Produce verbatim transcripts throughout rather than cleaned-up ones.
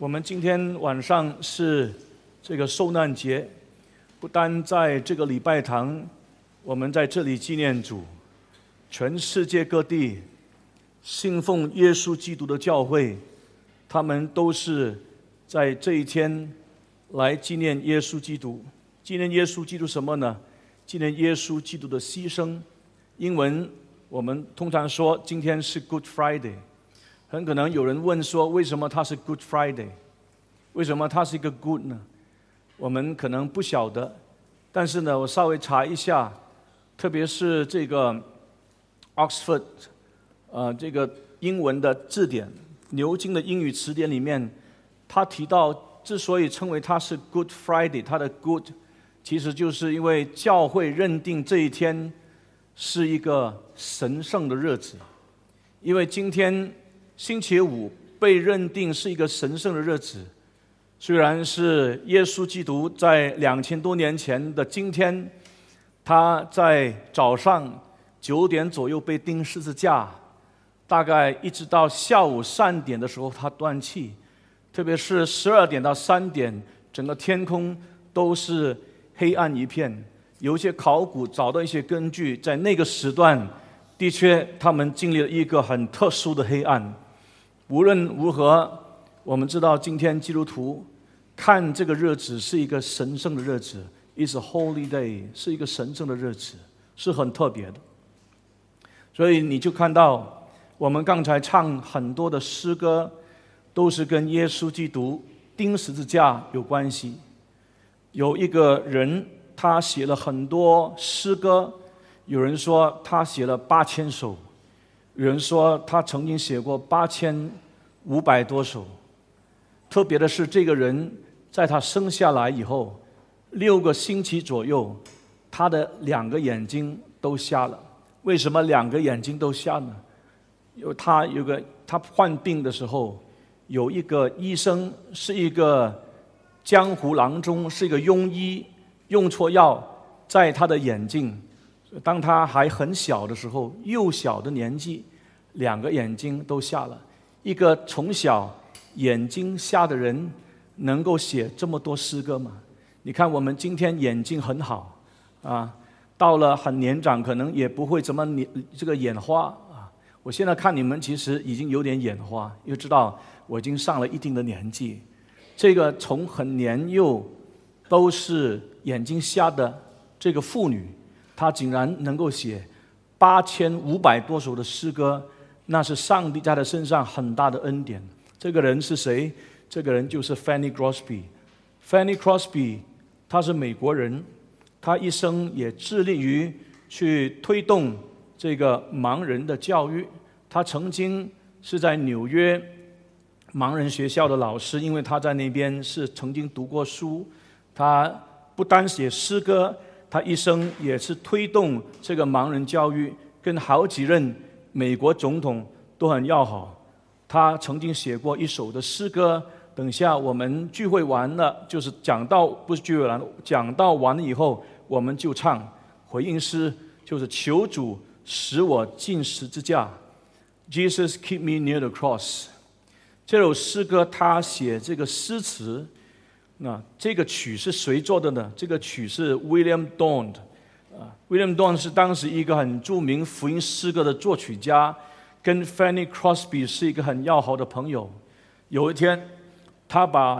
我们今天晚上是这个受难节，不单在这个礼拜堂，我们在这里纪念主，全世界各地信奉耶稣基督的教会，他们都是在这一天来纪念耶稣基督。纪念耶稣基督什么呢？纪念耶稣基督的牺牲。英文我们通常说今天是 Good Friday， 很可能有人问说，为什么它是 Good Friday？ 为什么它是一个 Good 呢？我们可能不晓得，但是呢，我稍微查一下，特别是这个 Oxford 呃这个英文的字典，牛津的英语词典里面，他提到之所以称为它是 Good Friday， 它的 Good 其实就是因为教会认定这一天是一个神圣的日子，因为今天星期五被认定是一个神圣的日子，虽然是耶稣基督在两千多年前的今天，他在早上九点左右被钉十字架，大概一直到下午三点的时候他断气，特别是十二点到三点，整个天空都是黑暗一片。有一些考古找到一些根据，在那个时段的确他们经历了一个很特殊的黑暗。无论如何，我们知道今天基督徒看这个日子是一个神圣的日子， It's a holy day， 是一个神圣的日子，是很特别的。所以你就看到我们刚才唱很多的诗歌都是跟耶稣基督钉十字架有关系。有一个人他写了很多诗歌，有人说他写了八千首，有人说他曾经写过八千五百多首。特别的是，这个人在他生下来以后六个星期左右，他的两个眼睛都瞎了。为什么两个眼睛都瞎呢？有他有个他患病的时候，有一个医生是一个江湖郎中，是一个庸医，用错药在他的眼睛，当他还很小的时候，幼小的年纪，两个眼睛都瞎了。一个从小眼睛瞎的人能够写这么多诗歌吗？你看我们今天眼睛很好啊，到了很年长可能也不会怎么这个眼花啊。我现在看你们其实已经有点眼花，因为知道我已经上了一定的年纪。这个从很年幼都是眼睛瞎的这个妇女，她竟然能够写八千五百多首的诗歌，那是上帝在她身上很大的恩典。这个人是谁？这个人就是 Fanny Crosby。Fanny Crosby 他是美国人，他一生也致力于去推动这个盲人的教育。他曾经是在纽约盲人学校的老师，因为他在那边是曾经读过书。他不单写诗歌，他一生也是推动这个盲人教育，跟好几任美国总统都很要好。他曾经写过一首的诗歌，等下我们聚会完了，就是讲到不是聚会完了，讲到完了以后，我们就唱回应诗，就是求主使我进十字架 ，Jesus keep me near the cross。这首诗歌他写这个诗词，那这个曲是谁做的呢？这个曲是 William Downe， 啊 ，William Downe 是当时一个很著名福音诗歌的作曲家。跟 Fanny Crosby 是一个很要好的朋友。有一天，他把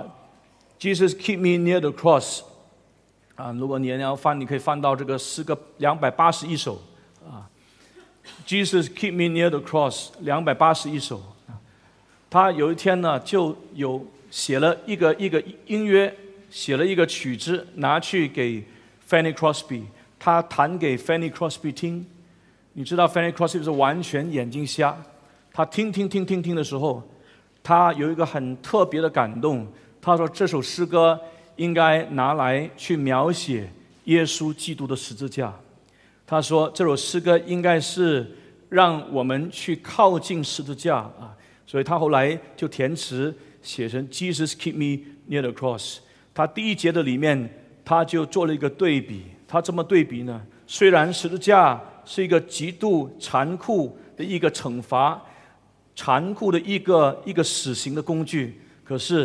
Jesus Keep Me Near the Cross 啊，如果你要翻，你可以翻到这个诗歌两百八十一首啊。Jesus Keep Me Near the Cross 两百八十一首。他有一天呢，就有写了一个一个音乐，写了一个曲子，拿去给 Fanny Crosby， 他弹给 Fanny Crosby 听。你知道 Fanny Crosby 是完全眼睛瞎，他听听听听听的时候，他有一个很特别的感动。他说这首诗歌应该拿来去描写耶稣基督的十字架。他说这首诗歌应该是让我们去靠近十字架啊，所以他后来就填词写成 Jesus Keep Me Near the Cross。他第一节的里面他就做了一个对比，他这么对比呢？虽然十字架是一个极度残酷的一个惩罚，残酷的一个一个死刑的工具，可是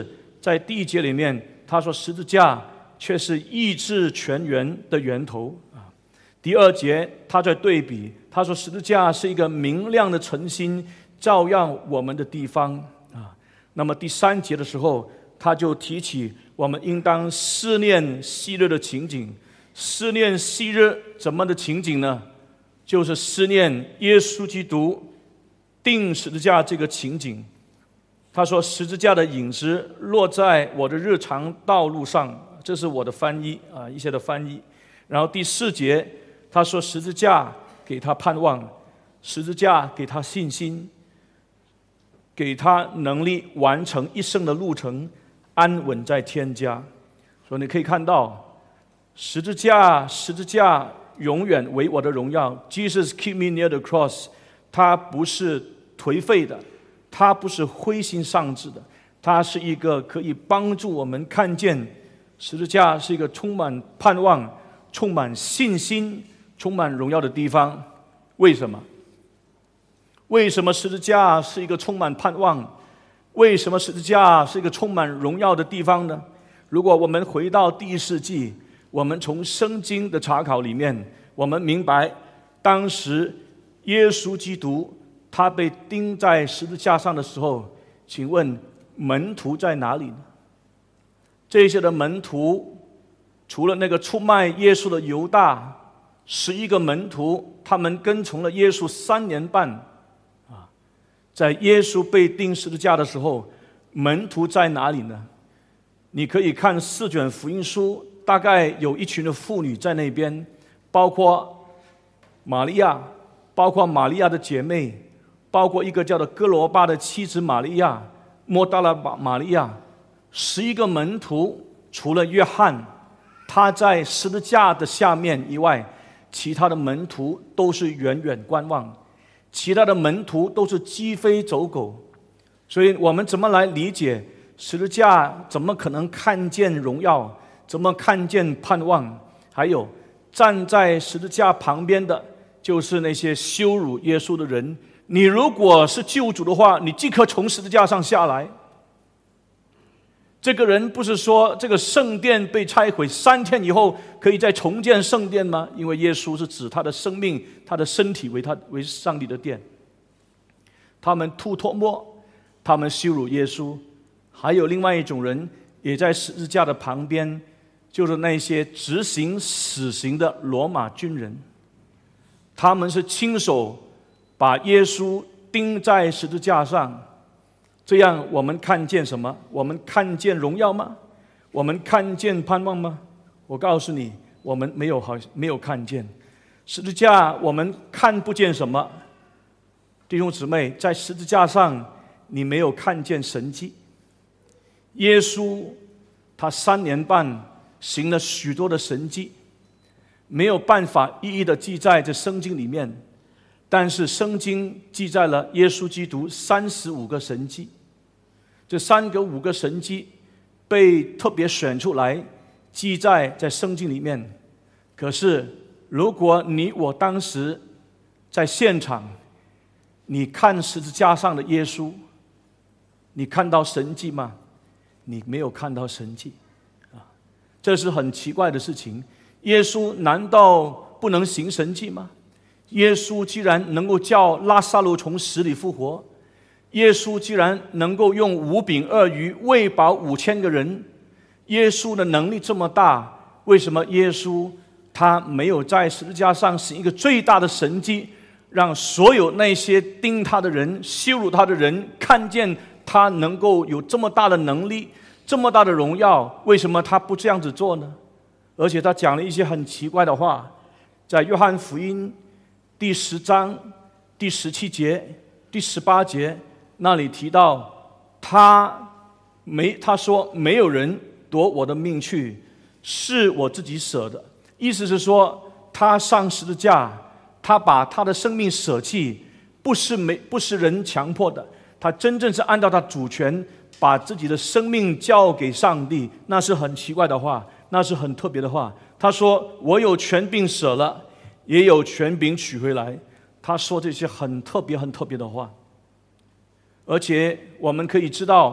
在第一节里面，他说十字架却是医治全源的源头啊。第二节他在对比，他说十字架是一个明亮的晨星，照耀我们的地方啊。那么第三节的时候，他就提起我们应当思念昔日的情景。思念昔日怎么的情景呢？就是思念耶稣基督钉十字架这个情景。他说十字架的影子落在我的日常道路上，这是我的翻译啊，一些的翻译。然后第四节他说十字架给他盼望，十字架给他信心，给他能力完成一生的路程，安稳在天家。所以你可以看到十字架，十字架永远为我的荣耀。 Jesus keep me near the cross， 他不是颓废的，他不是灰心丧志的，他是一个可以帮助我们看见十字架是一个充满盼望、充满信心、充满荣耀的地方。为什么？为什么十字架是一个充满盼望？为什么十字架是一个充满荣耀的地方呢？如果我们回到第一世纪，我们从圣经的查考里面，我们明白当时耶稣基督他被钉在十字架上的时候，请问门徒在哪里呢？这些的门徒除了那个出卖耶稣的犹大，十一个门徒他们跟从了耶稣三年半啊，在耶稣被钉十字架的时候，门徒在哪里呢？你可以看四卷福音书，大概有一群的妇女在那边，包括玛利亚，包括玛利亚的姐妹，包括一个叫做哥罗巴的妻子玛利亚，莫大拉玛利亚，十一个门徒，除了约翰他在十字架的下面以外，其他的门徒都是远远观望，其他的门徒都是鸡飞走狗。所以我们怎么来理解十字架？怎么可能看见荣耀？怎么看见盼望？还有站在十字架旁边的就是那些羞辱耶稣的人。你如果是救主的话，你即刻从十字架上下来。这个人不是说这个圣殿被拆毁三天以后可以再重建圣殿吗？因为耶稣是指他的生命、他的身体为他为上帝的殿。他们吐唾沫，他们羞辱耶稣。还有另外一种人也在十字架的旁边，就是那些执行死刑的罗马军人。他们是亲手把耶稣钉在十字架上。这样我们看见什么？我们看见荣耀吗？我们看见盼望吗？我告诉你，我们没有好没有看见十字架。我们看不见什么？弟兄姊妹，在十字架上你没有看见神迹。耶稣他三年半行了许多的神迹，没有办法一一的记在这圣经里面，但是圣经记载了耶稣基督三十五个神迹。这三个五个神迹被特别选出来记载在圣经里面。可是如果你我当时在现场，你看十字架上的耶稣，你看到神迹吗？你没有看到神迹啊，这是很奇怪的事情。耶稣难道不能行神迹吗？耶稣既然能够叫拉撒路从死里复活，耶稣既然能够用五饼二鱼喂饱五千个人，耶稣的能力这么大，为什么耶稣他没有在十字架上行一个最大的神迹，让所有那些钉他的人、羞辱他的人看见他能够有这么大的能力、这么大的荣耀？为什么他不这样子做呢？而且他讲了一些很奇怪的话，在约翰福音第十章第十七节、第十八节那里提到，他没他说没有人夺我的命去，是我自己舍的。意思是说，他上十字架，他把他的生命舍弃，不是没不是人强迫的，他真正是按照他主权把自己的生命交给上帝。那是很奇怪的话，那是很特别的话。他说我有权柄舍了，也有权柄取回来。他说这些很特别很特别的话。而且我们可以知道，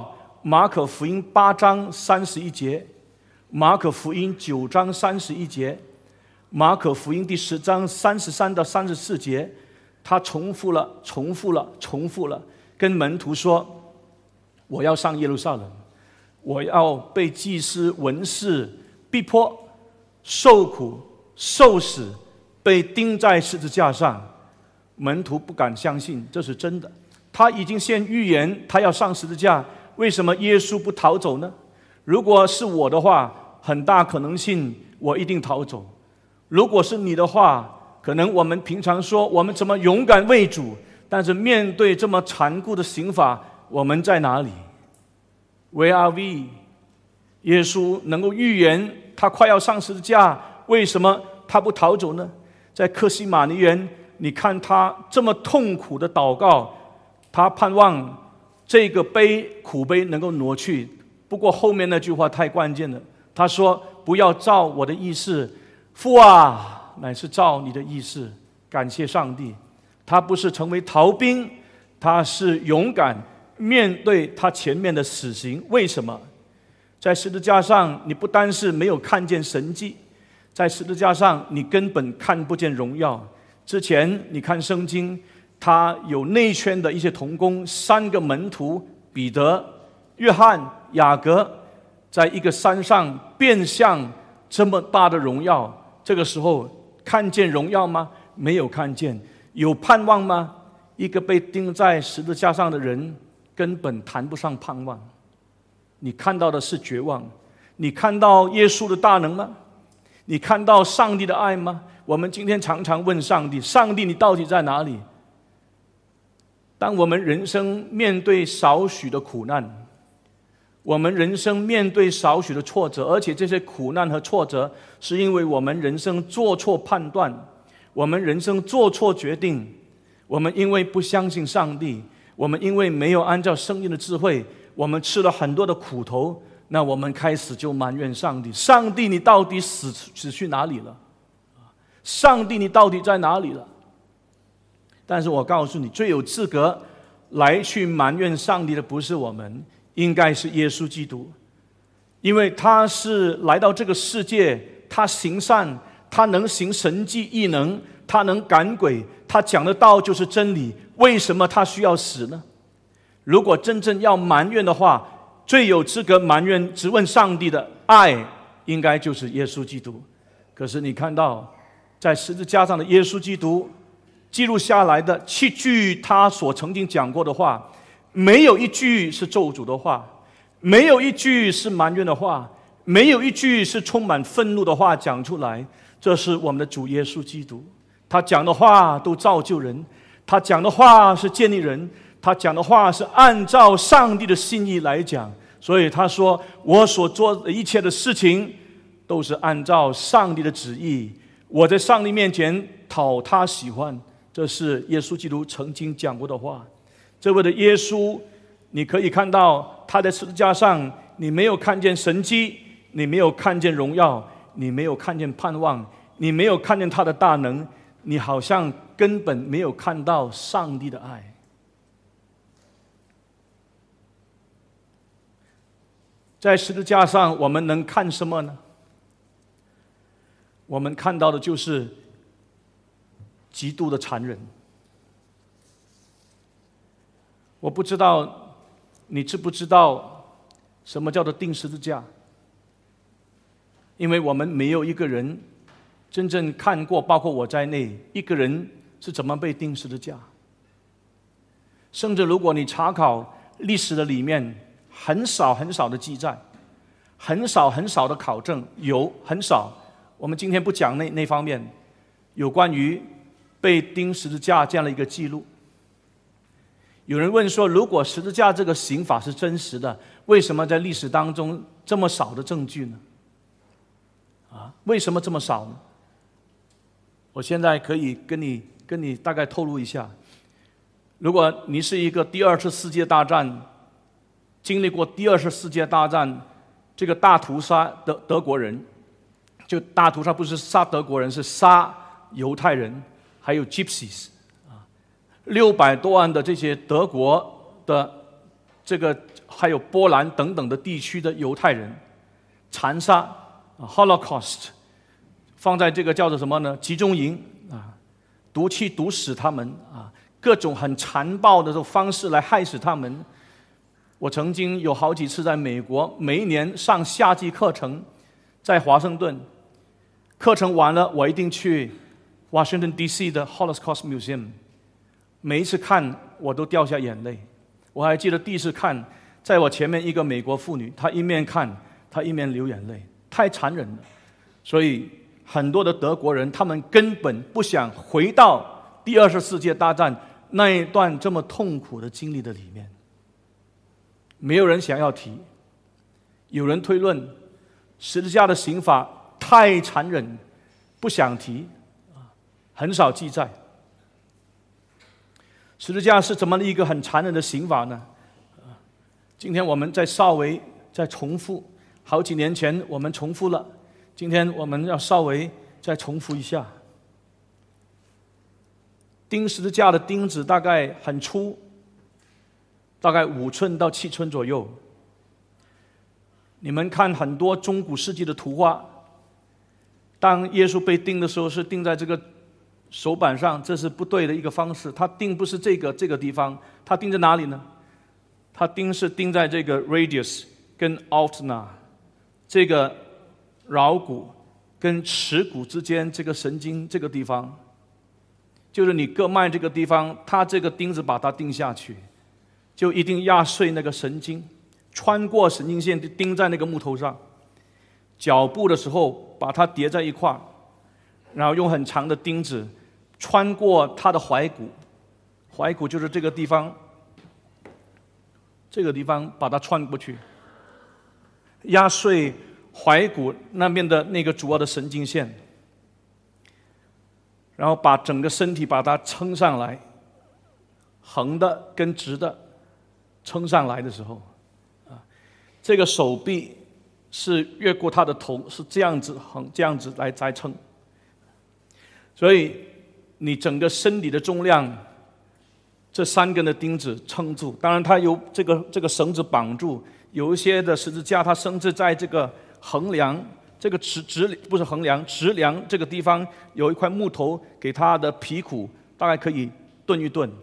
马可福音八章三十一节，马可福音九章三十一节，马可福音第十章三十三到三十四节，他重复了重复了重复了跟门徒说，我要上耶路撒冷，我要被祭司文士逼迫，受苦受死，被钉在十字架上。门徒不敢相信这是真的，他已经先预言他要上十字架，为什么耶稣不逃走呢？如果是我的话，很大可能性我一定逃走。如果是你的话，可能我们平常说我们怎么勇敢为主，但是面对这么残酷的刑罚，我们在哪里？ Where are we？ 耶稣能够预言他快要上十字架，为什么他不逃走呢？在客西马尼园，你看他这么痛苦的祷告，他盼望这个杯苦杯能够挪去。不过后面那句话太关键了，他说不要照我的意思，父啊，乃是照你的意思。感谢上帝，他不是成为逃兵，他是勇敢面对他前面的死刑。为什么？在十字架上，你不单是没有看见神迹，在十字架上你根本看不见荣耀。之前你看圣经，他有内圈的一些同工，三个门徒彼得、约翰、雅各，在一个山上变相这么大的荣耀，这个时候看见荣耀吗？没有看见。有盼望吗？一个被钉在十字架上的人根本谈不上盼望。你看到的是绝望。你看到耶稣的大能吗？你看到上帝的爱吗？我们今天常常问上帝，上帝你到底在哪里？当我们人生面对少许的苦难，我们人生面对少许的挫折，而且这些苦难和挫折是因为我们人生做错判断，我们人生做错决定，我们因为不相信上帝，我们因为没有按照圣经的智慧，我们吃了很多的苦头，那我们开始就埋怨上帝，上帝你到底死死去哪里了？上帝你到底在哪里了？但是我告诉你，最有资格来去埋怨上帝的不是我们，应该是耶稣基督。因为他是来到这个世界，他行善，他能行神迹异能，他能赶鬼，他讲的道就是真理，为什么他需要死呢？如果真正要埋怨的话，最有资格埋怨质问上帝的爱，应该就是耶稣基督。可是你看到在十字架上的耶稣基督记录下来的七句他所曾经讲过的话，没有一句是咒诅的话，没有一句是埋怨的话，没有一句是充满愤怒的话讲出来。这是我们的主耶稣基督，他讲的话都造就人，他讲的话是建立人，他讲的话是按照上帝的心意来讲。所以他说，我所做的一切的事情都是按照上帝的旨意，我在上帝面前讨他喜欢。这是耶稣基督曾经讲过的话。这位的耶稣，你可以看到他在十字架上，你没有看见神迹，你没有看见荣耀，你没有看见盼望，你没有看见他的大能，你好像根本没有看到上帝的爱。在十字架上，我们能看什么呢？我们看到的就是极度的残忍。我不知道你知不知道什么叫做钉十字架，因为我们没有一个人真正看过，包括我在内，一个人是怎么被钉十字架。甚至如果你查考历史的里面，很少很少的记载，很少很少的考证，有很少。我们今天不讲那那方面有关于被钉十字架这样的一个记录。有人问说，如果十字架这个刑法是真实的，为什么在历史当中这么少的证据呢？啊，为什么这么少呢？我现在可以跟你跟你大概透露一下。如果你是一个第二次世界大战经历过第二次世界大战这个大屠杀的德国人，就大屠杀不是杀德国人，是杀犹太人，还有 Gypsies 啊，六百多万的这些德国的这个还有波兰等等的地区的犹太人残杀 Holocaust， 放在这个叫做什么呢？集中营啊，毒气毒死他们啊，各种很残暴的这种方式来害死他们。我曾经有好几次在美国，每一年上夏季课程，在华盛顿，课程完了，我一定去 Washington D C 的 Holocaust Museum， 每一次看我都掉下眼泪。我还记得第一次看，在我前面一个美国妇女，她一面看，她一面流眼泪，太残忍了。所以很多的德国人，他们根本不想回到第二次世界大战那一段这么痛苦的经历的里面，没有人想要提。有人推论，十字架的刑罚太残忍，不想提，很少记载。十字架是怎么一个很残忍的刑罚呢？今天我们再稍微再重复，好几年前我们重复了，今天我们要稍微再重复一下。钉十字架的钉子大概很粗，大概五寸到七寸左右。你们看很多中古世纪的图画，当耶稣被钉的时候是钉在这个手板上，这是不对的一个方式。他钉不是这个这个地方，他钉在哪里呢？他钉是钉在这个 radius 跟 ulna 这个桡骨跟耻骨之间这个神经这个地方，就是你割脉这个地方，他这个钉子把它钉下去，就一定压碎那个神经，穿过神经线钉在那个木头上。脚步的时候把它叠在一块，然后用很长的钉子穿过他的踝骨，踝骨就是这个地方，这个地方把它穿过去，压碎踝骨那边的那个主要的神经线，然后把整个身体把它撑上来，横的跟直的撑上来的时候，啊，这个手臂是越过他的头，是这样子横，这样子来再撑。所以你整个身体的重量，这三根的钉子撑住。当然，它有这个这个绳子绑住。有一些的十字架，它甚至在这个横梁，这个直直不是横梁，直梁这个地方有一块木头，给它的皮骨大概可以炖一炖。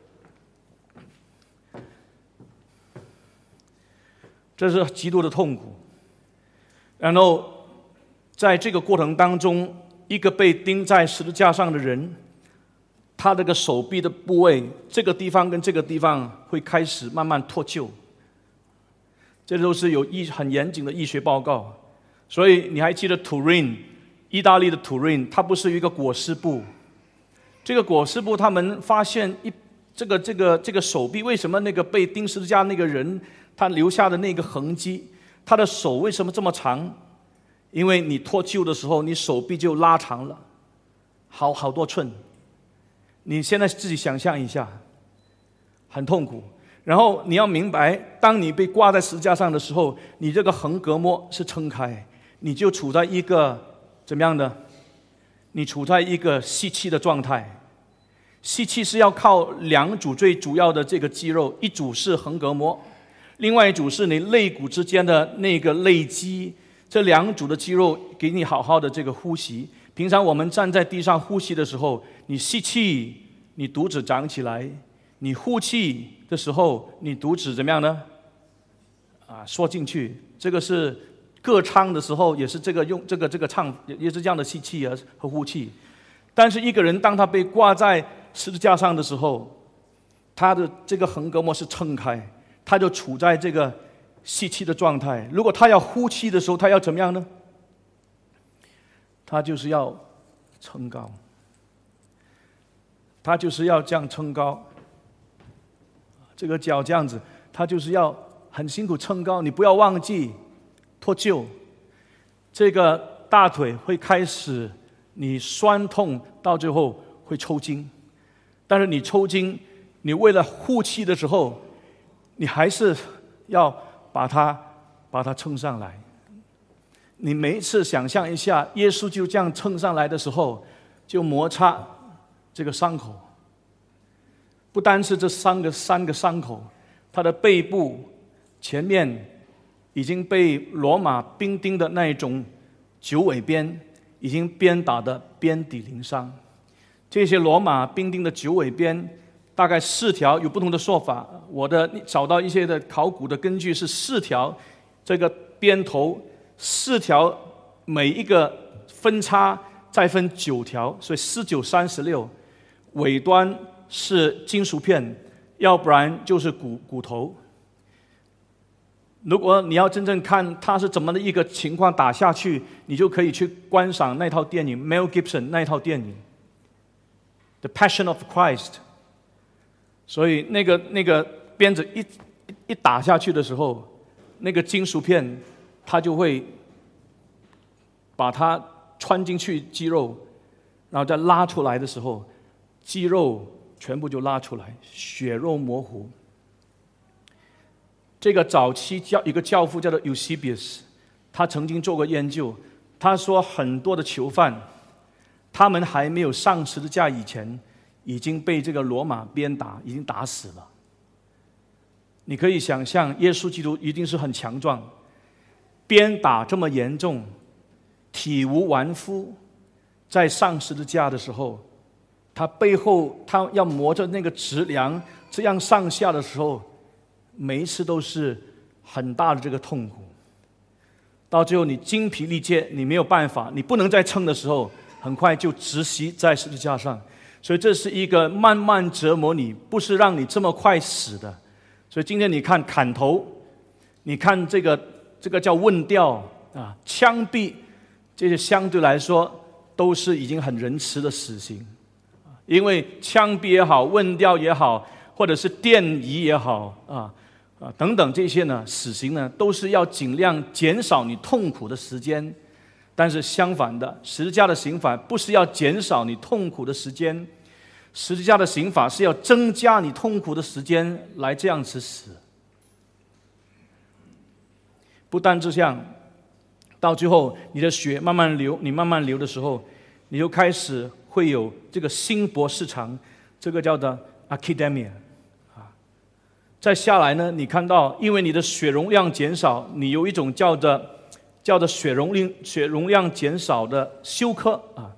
这是极度的痛苦。然后在这个过程当中，一个被钉在十字架上的人，他这个手臂的部位，这个地方跟这个地方会开始慢慢脱臼，这都是有医很严谨的医学报告。所以你还记得 Turin 意大利的 Turin， 它不是有一个裹尸布，这个裹尸布他们发现一这个这个这个手臂，为什么那个被钉十字架那个人他留下的那个痕迹，他的手为什么这么长？因为你脱臼的时候，你手臂就拉长了，好好多寸。你现在自己想象一下，很痛苦。然后你要明白，当你被挂在十字架上的时候，你这个横膈膜是撑开，你就处在一个怎么样的？你处在一个吸气的状态。吸气是要靠两组最主要的这个肌肉，一组是横膈膜，另外一组是你肋骨之间的那个肋肌。这两组的肌肉给你好好的这个呼吸。平常我们站在地上呼吸的时候，你吸气，你肚子长起来；你呼气的时候，你肚子怎么样呢？啊，缩进去。这个是歌唱的时候，也是这个用这个这个唱，也是这样的吸气和呼气。但是一个人当他被挂在十字架上的时候，他的这个横膈膜是撑开，他就处在这个吸气的状态。如果他要呼气的时候，他要怎么样呢？他就是要撑高，他就是要这样撑高，这个脚这样子，他就是要很辛苦撑高。你不要忘记脱臼，这个大腿会开始你酸痛，到最后会抽筋。但是你抽筋，你为了呼气的时候，你还是要把它把它撑上来。你每一次想象一下，耶稣就这样撑上来的时候，就摩擦这个伤口。不单是这三个三个伤口，他的背部、 前面已经被罗马兵丁的那一种九尾鞭已经鞭打得遍体鳞伤。这些罗马兵丁的九尾鞭大概四条，有不同的说法。我的找到一些的考古的根据是四条，这个鞭头四条，每一个分叉再分九条，所以四九三十六。尾端是金属片，要不然就是骨骨头。如果你要真正看它是怎么的一个情况打下去，你就可以去观赏那套电影 Mel Gibson 那套电影 The Passion of Christ。 所以那个那个鞭子一一打下去的时候，那个金属片它就会把它穿进去肌肉，然后再拉出来的时候，肌肉全部就拉出来，血肉模糊。这个早期教一个教父叫做 Eusebius， 他曾经做过研究，他说很多的囚犯，他们还没有上十字架以前，已经被这个罗马鞭打，已经打死了。你可以想象，耶稣基督一定是很强壮，鞭打这么严重，体无完肤，在上十字架的时候，他背后他要磨着那个直梁，这样上下的时候，每一次都是很大的这个痛苦。到最后你精疲力竭，你没有办法，你不能再撑的时候，很快就窒息在十字架上。所以这是一个慢慢折磨你，不是让你这么快死的。所以今天你看砍头，你看这个这个叫问吊啊、枪毙，这些相对来说都是已经很仁慈的死刑。因为枪毙也好，问吊也好，或者是电椅也好啊啊等等这些呢，死刑呢都是要尽量减少你痛苦的时间。但是相反的，十字架的刑罚不是要减少你痛苦的时间，十字架的刑罚是要增加你痛苦的时间来这样子死。不单这样，到最后你的血慢慢流，你慢慢流的时候，你就开始会有这个心搏失常，这个叫做 academia。再下来呢，你看到因为你的血容量减少，你有一种叫做叫做血容量血容量减少的休克啊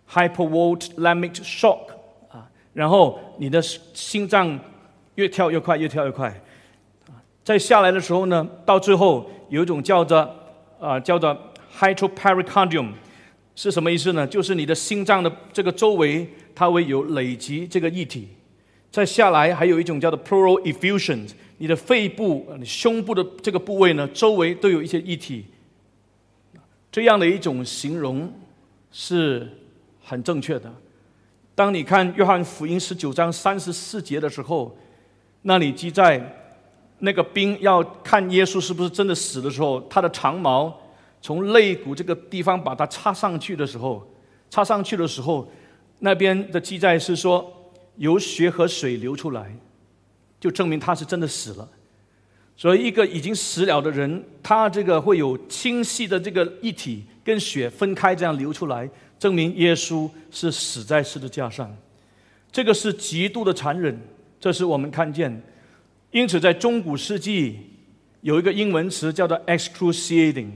，hypovolemic shock 啊，然后你的心脏越跳越快，越跳越快。再下来的时候呢，到最后有一种叫做啊、呃、叫做 hypopericardium， 是什么意思呢？就是你的心脏的这个周围它会有累积这个液体。再下来还有一种叫做 pleural effusion， 你的肺部、你胸部的这个部位呢，周围都有一些液体。这样的一种形容是很正确的。当你看约翰福音十九章三十四节的时候，那里记载那个兵要看耶稣是不是真的死的时候，他的长矛从肋骨这个地方把它插上去的时候，插上去的时候，那边的记载是说由血和水流出来，就证明他是真的死了。所以一个已经死了的人，他这个会有清晰的这个液体跟血分开这样流出来，证明耶稣是死在十字架上。这个是极度的残忍，这是我们看见。因此在中古世纪有一个英文词叫做 excruciating，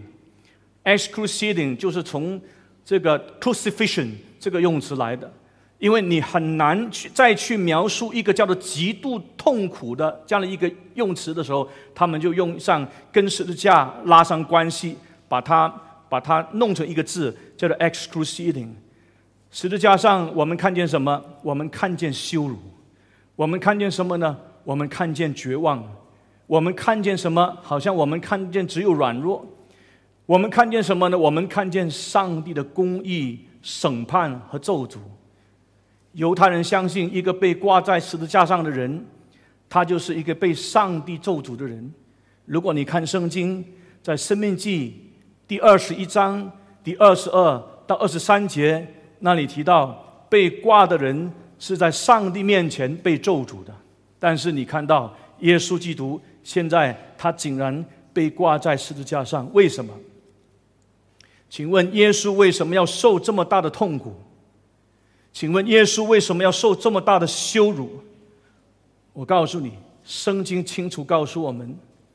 excruciating 就是从这个 crucifixion 这个用词来的。因为你很难去再去描述一个叫做极度痛苦的这样的一个用词的时候，他们就用上跟十字架拉上关系，把它把它弄成一个字，叫做 excruciating。十字架上我们看见什么？我们看见羞辱。我们看见什么呢？我们看见绝望。我们看见什么？好像我们看见只有软弱。我们看见什么呢？我们看见上帝的公义、审判和咒诅。犹太人相信一个被挂在十字架上的人，他就是一个被上帝咒诅的人。如果你看圣经，在申命记第二十一章第二十二到二十三节，那里提到被挂的人是在上帝面前被咒诅的。但是你看到耶稣基督现在他竟然被挂在十字架上，为什么？请问耶稣为什么要受这么大的痛苦？请问耶稣为什么要受这么大的羞辱？我告诉你，圣经清楚告诉我们，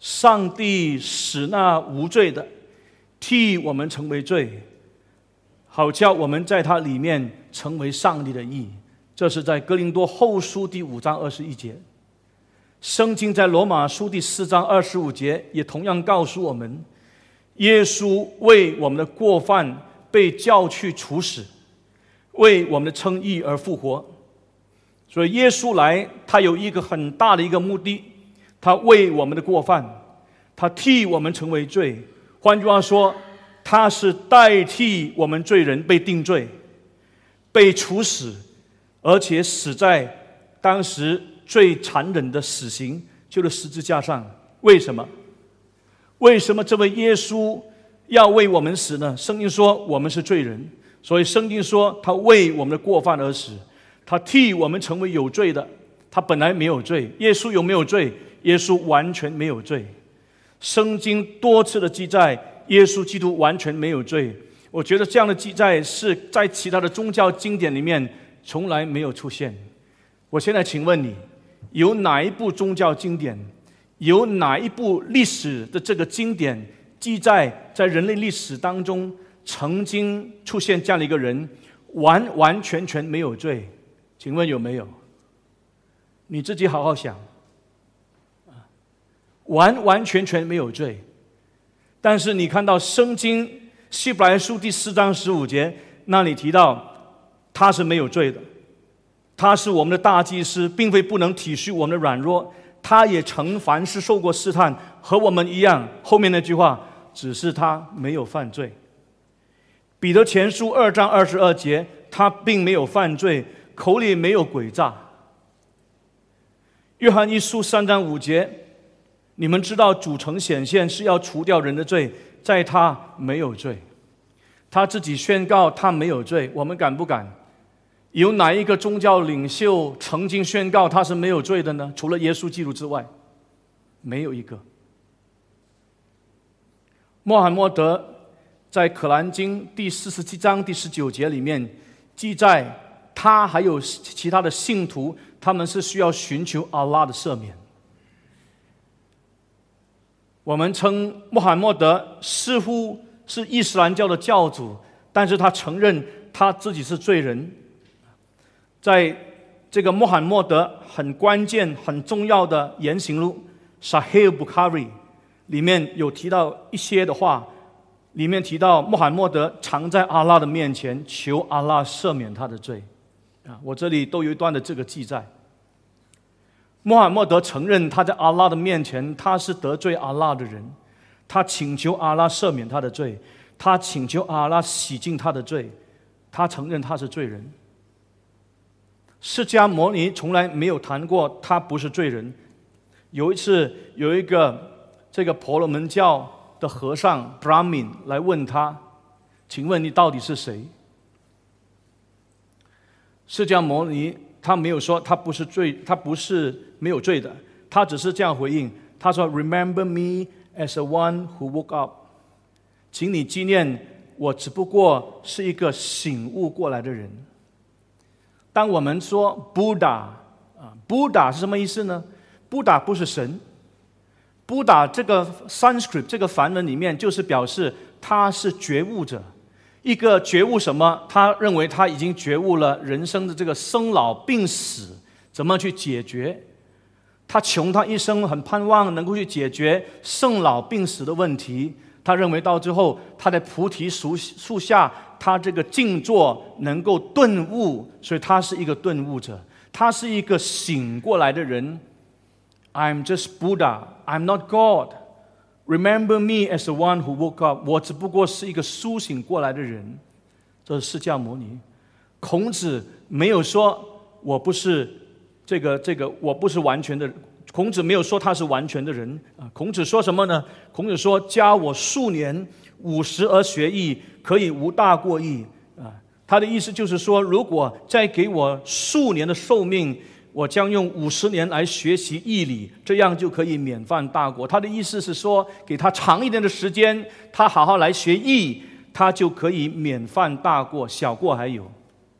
上帝使那无罪的替我们成为罪，好叫我们在他里面成为上帝的义。这是在哥林多后书第五章二十一节。圣经在罗马书第四章二十五节也同样告诉我们，耶稣为我们的过犯被叫去处死，为我们的称义而复活。所以耶稣来，他有一个很大的一个目的，他为我们的过犯，他替我们成为罪。换句话说，他是代替我们罪人被定罪，被处死，而且死在当时最残忍的死刑，就是十字架上。为什么？为什么这位耶稣要为我们死呢？圣经说我们是罪人，所以圣经说他为我们的过犯而死，他替我们成为有罪的。他本来没有罪。耶稣有没有罪？耶稣完全没有罪。圣经多次的记载耶稣基督完全没有罪。我觉得这样的记载是在其他的宗教经典里面从来没有出现。我现在请问你，有哪一部宗教经典，有哪一部历史的这个经典记载在人类历史当中曾经出现这样的一个人，完完全全没有罪？请问有没有？你自己好好想，完完全全没有罪。但是你看到圣经希伯来书第四章十五节那里提到他是没有罪的，他是我们的大祭司，并非不能体恤我们的软弱，他也曾凡事受过试探，和我们一样。后面那句话，只是他没有犯罪。彼得前书二章二十二节，他并没有犯罪，口里没有诡诈。约翰一书三章五节，你们知道主曾显现是要除掉人的罪，在他没有罪。他自己宣告他没有罪，我们敢不敢？有哪一个宗教领袖曾经宣告他是没有罪的呢？除了耶稣基督之外，没有一个。穆罕默德在可兰经第四十七章第十九节里面记载，他还有其他的信徒，他们是需要寻求阿拉的赦免。我们称穆罕默德似乎是伊斯兰教的教主，但是他承认他自己是罪人。在这个穆罕默德很关键很重要的言行录 Sahih Bukhari 里面有提到一些的话，里面提到穆罕默德常在阿拉的面前求阿拉赦免他的罪。我这里都有一段的这个记载。穆罕默德承认他在阿拉的面前他是得罪阿拉的人，他请求阿拉赦免他的罪，他请求阿拉洗净他的罪，他承认他是罪人。释迦牟尼从来没有谈过他不是罪人。有一次有一个这个婆罗门教的和尚 Brahmin 来问他，请问你到底是谁？释迦牟尼他没有说他不是罪，他不是没有罪的，他只是这样回应，他说 Remember me as a one who woke up， 请你纪念我只不过是一个醒悟过来的人。当我们说 Buddha 啊 Buddha 是什么意思呢？ Buddha 不是神， Buddha 这个 Sanskrit 这个梵文里面就是表示他是觉悟者。一个觉悟什么？他认为他已经觉悟了人生的这个生老病死怎么去解决。他穷他一生很盼望能够去解决生老病死的问题。他认为到最后他在菩提树树下，他这个静坐能够顿悟，所以他是一个顿悟者，他是一个醒过来的人。 I'm just Buddha, I'm not God. Remember me as the one who woke up. 我只不过是一个苏醒过来的人。这是释迦牟尼。孔子没有说我不是这个这个我不是完全的，孔子没有说他是完全的人啊。孔子说什么呢？孔子说加我数年，五十而学艺，可以无大过益啊。他的意思就是说，如果再给我数年的寿命，我将用五十年来学习义理，这样就可以免犯大过。他的意思是说，给他长一点的时间，他好好来学义，他就可以免犯大过，小过还有。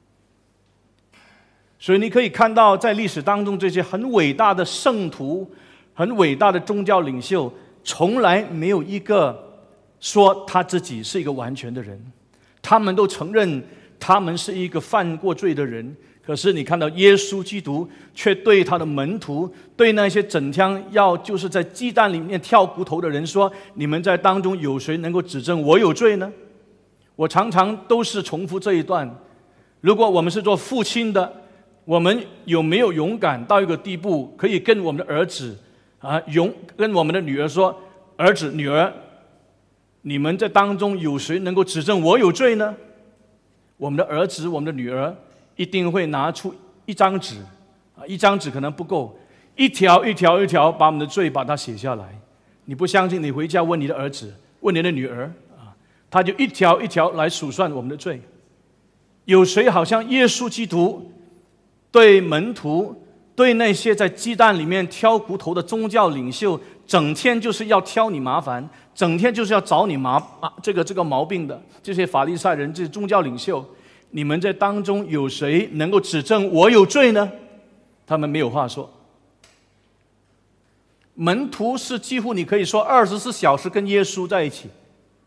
所以你可以看到，在历史当中，这些很伟大的圣徒、很伟大的宗教领袖， 从来没有一个说他自己是一个完全的人，他们都承认他们是一个犯过罪的人。可是你看到耶稣基督却对他的门徒，对那些整天要就是在鸡蛋里面挑骨头的人说，你们在当中有谁能够指证我有罪呢？我常常都是重复这一段。如果我们是做父亲的，我们有没有勇敢到一个地步，可以跟我们的儿子啊，勇跟我们的女儿说，儿子女儿，你们在当中有谁能够指证我有罪呢？我们的儿子我们的女儿一定会拿出一张纸啊，一张纸可能不够，一条一条一条把我们的罪把它写下来。你不相信，你回家问你的儿子，问你的女儿啊，他就一条一条来数算我们的罪。有谁好像耶稣基督对门徒，对那些在鸡蛋里面挑骨头的宗教领袖，整天就是要挑你麻烦，整天就是要找你麻这个这个毛病的这些法利赛人，这些宗教领袖，你们在当中有谁能够指证我有罪呢？他们没有话说。门徒是几乎你可以说二十四小时跟耶稣在一起，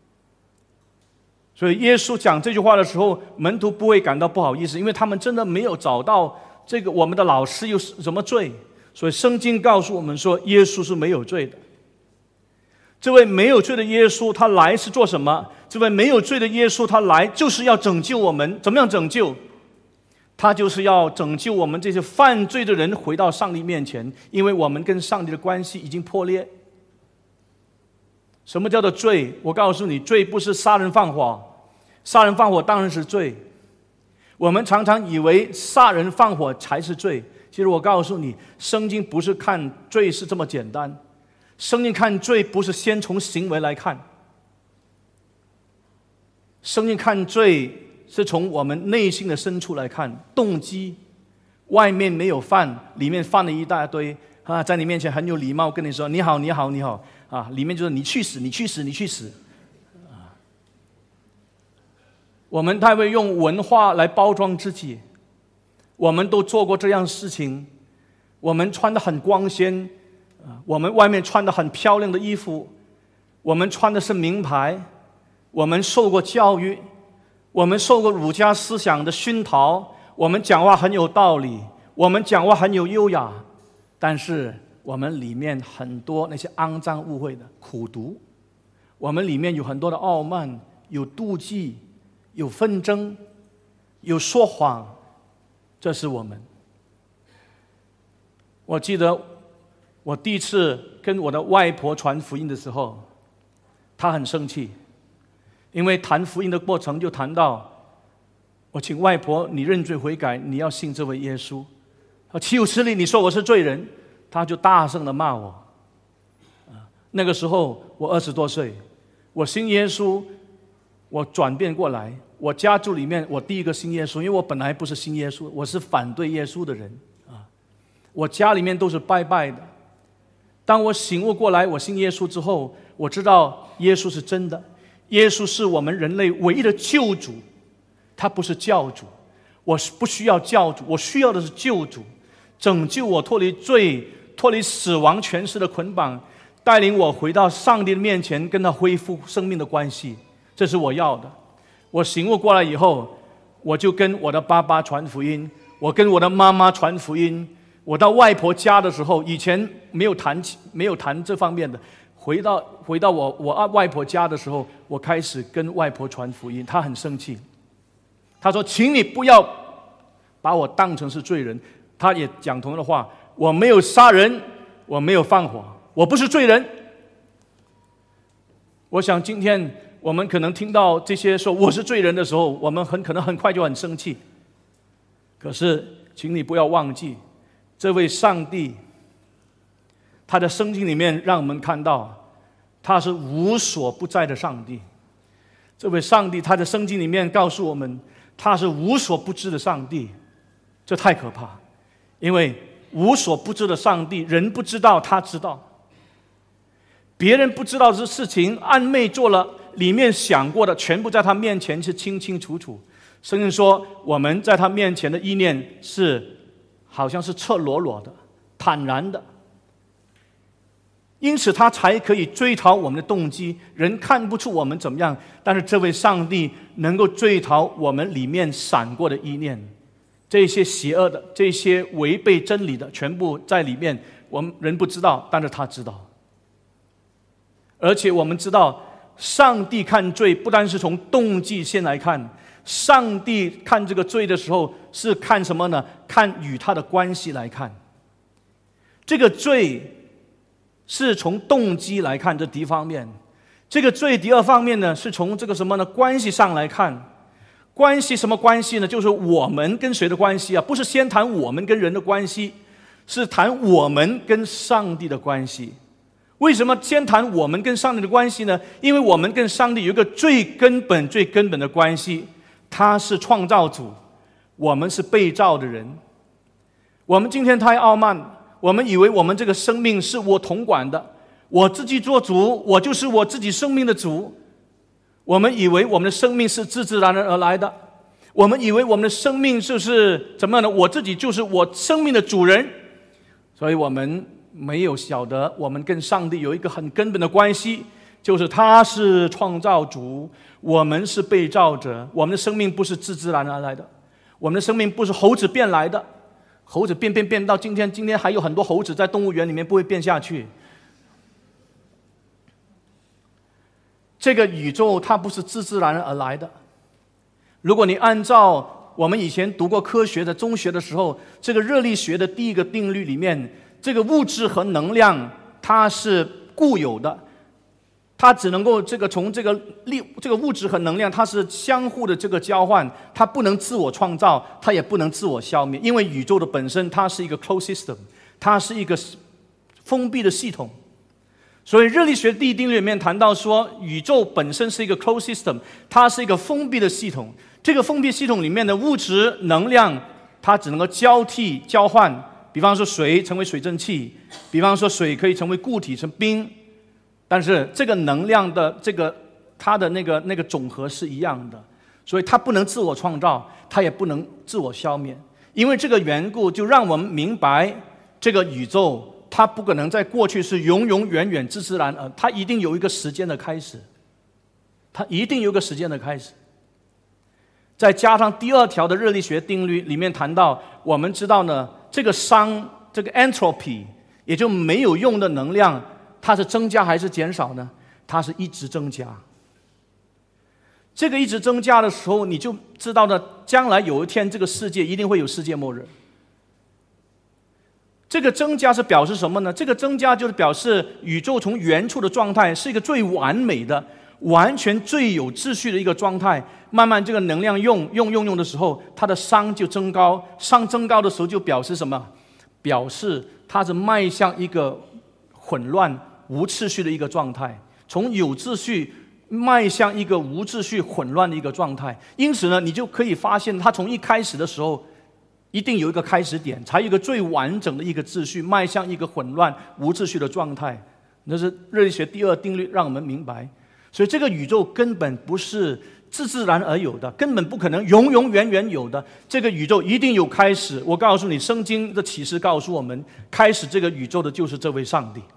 所以耶稣讲这句话的时候，门徒不会感到不好意思，因为他们真的没有找到这个我们的老师有什么罪。所以圣经告诉我们说，耶稣是没有罪的。这位没有罪的耶稣，他来是做什么？这位没有罪的耶稣，他来就是要拯救我们。怎么样拯救？他就是要拯救我们这些犯罪的人回到上帝面前，因为我们跟上帝的关系已经破裂。什么叫做罪？我告诉你，罪不是杀人放火，杀人放火当然是罪。我们常常以为杀人放火才是罪，其实我告诉你，圣经不是看罪是这么简单。圣经看罪不是先从行为来看，圣经看罪是从我们内心的深处来看，动机。外面没有犯，里面犯了一大堆啊，在你面前很有礼貌跟你说你好你好你好啊，里面就是你去死你去死你去死啊。我们太会用文化来包装自己，我们都做过这样的事情。我们穿得很光鲜，我们外面穿得很漂亮的衣服，我们穿的是名牌，我们受过教育，我们受过儒家思想的熏陶，我们讲话很有道理，我们讲话很有优雅，但是我们里面很多那些肮脏污秽的苦毒，我们里面有很多的傲慢，有妒忌，有纷争，有说谎，这是我们。我记得我第一次跟我的外婆传福音的时候，她很生气，因为谈福音的过程就谈到，我请外婆你认罪悔改，你要信这位耶稣。岂有此理！你说我是罪人，她就大声的骂我。那个时候我二十多岁，我信耶稣，我转变过来，我家族里面我第一个信耶稣，因为我本来不是信耶稣，我是反对耶稣的人啊。我家里面都是拜拜的。当我醒悟过来，我信耶稣之后，我知道耶稣是真的，耶稣是我们人类唯一的救主，他不是教主。我不需要教主，我需要的是救主，拯救我脱离罪、脱离死亡权势的捆绑，带领我回到上帝的面前，跟他恢复生命的关系，这是我要的。我醒悟过来以后，我就跟我的爸爸传福音，我跟我的妈妈传福音。我到外婆家的时候，以前没有谈没有谈这方面的，回到回到我我外婆家的时候，我开始跟外婆传福音。她很生气，她说：“请你不要把我当成是罪人。”她也讲同样的话：“我没有杀人，我没有放火，我不是罪人。”我想今天我们可能听到这些说我是罪人的时候，我们很可能很快就很生气。可是，请你不要忘记。这位上帝，他的圣经里面让我们看到，他是无所不在的上帝。这位上帝，他的圣经里面告诉我们，他是无所不知的上帝。这太可怕，因为无所不知的上帝，人不知道，他知道。别人不知道的事情，暗昧做了，里面想过的，全部在他面前是清清楚楚。圣经说，我们在他面前的意念是好像是赤裸裸的、坦然的。 因此他才可以追讨我们的动机。人看不出我们怎么样，但是这位上帝能够追讨我们里面闪过的意念，这些邪恶的，这些违背真理的，全部在里面，我们人不知道，但是他知道。而且我们知道，上帝看罪不单是从动机先来看，上帝看这个罪的时候是看什么呢？看与他的关系来看。这个罪是从动机来看，这第一方面。这个罪第二方面呢，是从这个什么呢？关系上来看。关系什么关系呢？就是我们跟谁的关系啊？不是先谈我们跟人的关系，是谈我们跟上帝的关系。为什么先谈我们跟上帝的关系呢？因为我们跟上帝有一个最根本最根本的关系，他是创造主，我们是被造的人。我们今天太傲慢，我们以为我们这个生命是我统管的，我自己做主，我就是我自己生命的主。我们以为我们的生命是自自然然而来的，我们以为我们的生命就是怎么样呢？我自己就是我生命的主人。所以我们没有晓得我们跟上帝有一个很根本的关系，就是他是创造主，我们是被造者。我们的生命不是自自然而来的，我们的生命不是猴子变来的，猴子变变变到今天，今天还有很多猴子在动物园里面不会变下去。这个宇宙它不是自自然而来的。如果你按照我们以前读过科学的中学的时候，这个热力学的第一个定律里面，这个物质和能量它是固有的，它只能够这个从这个力这个物质和能量它是相互的这个交换，它不能自我创造，它也不能自我消灭，因为宇宙的本身它是一个 closed system， 它是一个封闭的系统。所以热力学第一定律里面谈到说，宇宙本身是一个 closed system， 它是一个封闭的系统。这个封闭系统里面的物质能量，它只能够交替交换。比方说水成为水蒸气，比方说水可以成为固体成冰，但是这个能量的这个它的那个那个总和是一样的，所以它不能自我创造，它也不能自我消灭。因为这个缘故，就让我们明白这个宇宙它不可能在过去是永永远远自自然而，它一定有一个时间的开始，它一定有一个时间的开始。再加上第二条的热力学定律里面谈到，我们知道呢，这个熵，这个 entropy， 也就没有用的能量，它是增加还是减少呢？它是一直增加。这个一直增加的时候，你就知道呢，将来有一天这个世界一定会有世界末日。这个增加是表示什么呢？这个增加就是表示宇宙从原初的状态是一个最完美的、完全最有秩序的一个状态。慢慢这个能量用用用用的时候，它的熵就增高，熵增高的时候就表示什么？表示它是迈向一个混乱无秩序的一个状态，从有秩序迈向一个无秩序混乱的一个状态。因此呢，你就可以发现它从一开始的时候一定有一个开始点，才有一个最完整的一个秩序，迈向一个混乱无秩序的状态。那是热力学第二定律让我们明白。所以这个宇宙根本不是自自然而有的，根本不可能永永远远有的。这个宇宙一定有开始。我告诉你，圣经的启示告诉我们，开始这个宇宙的就是这位上帝，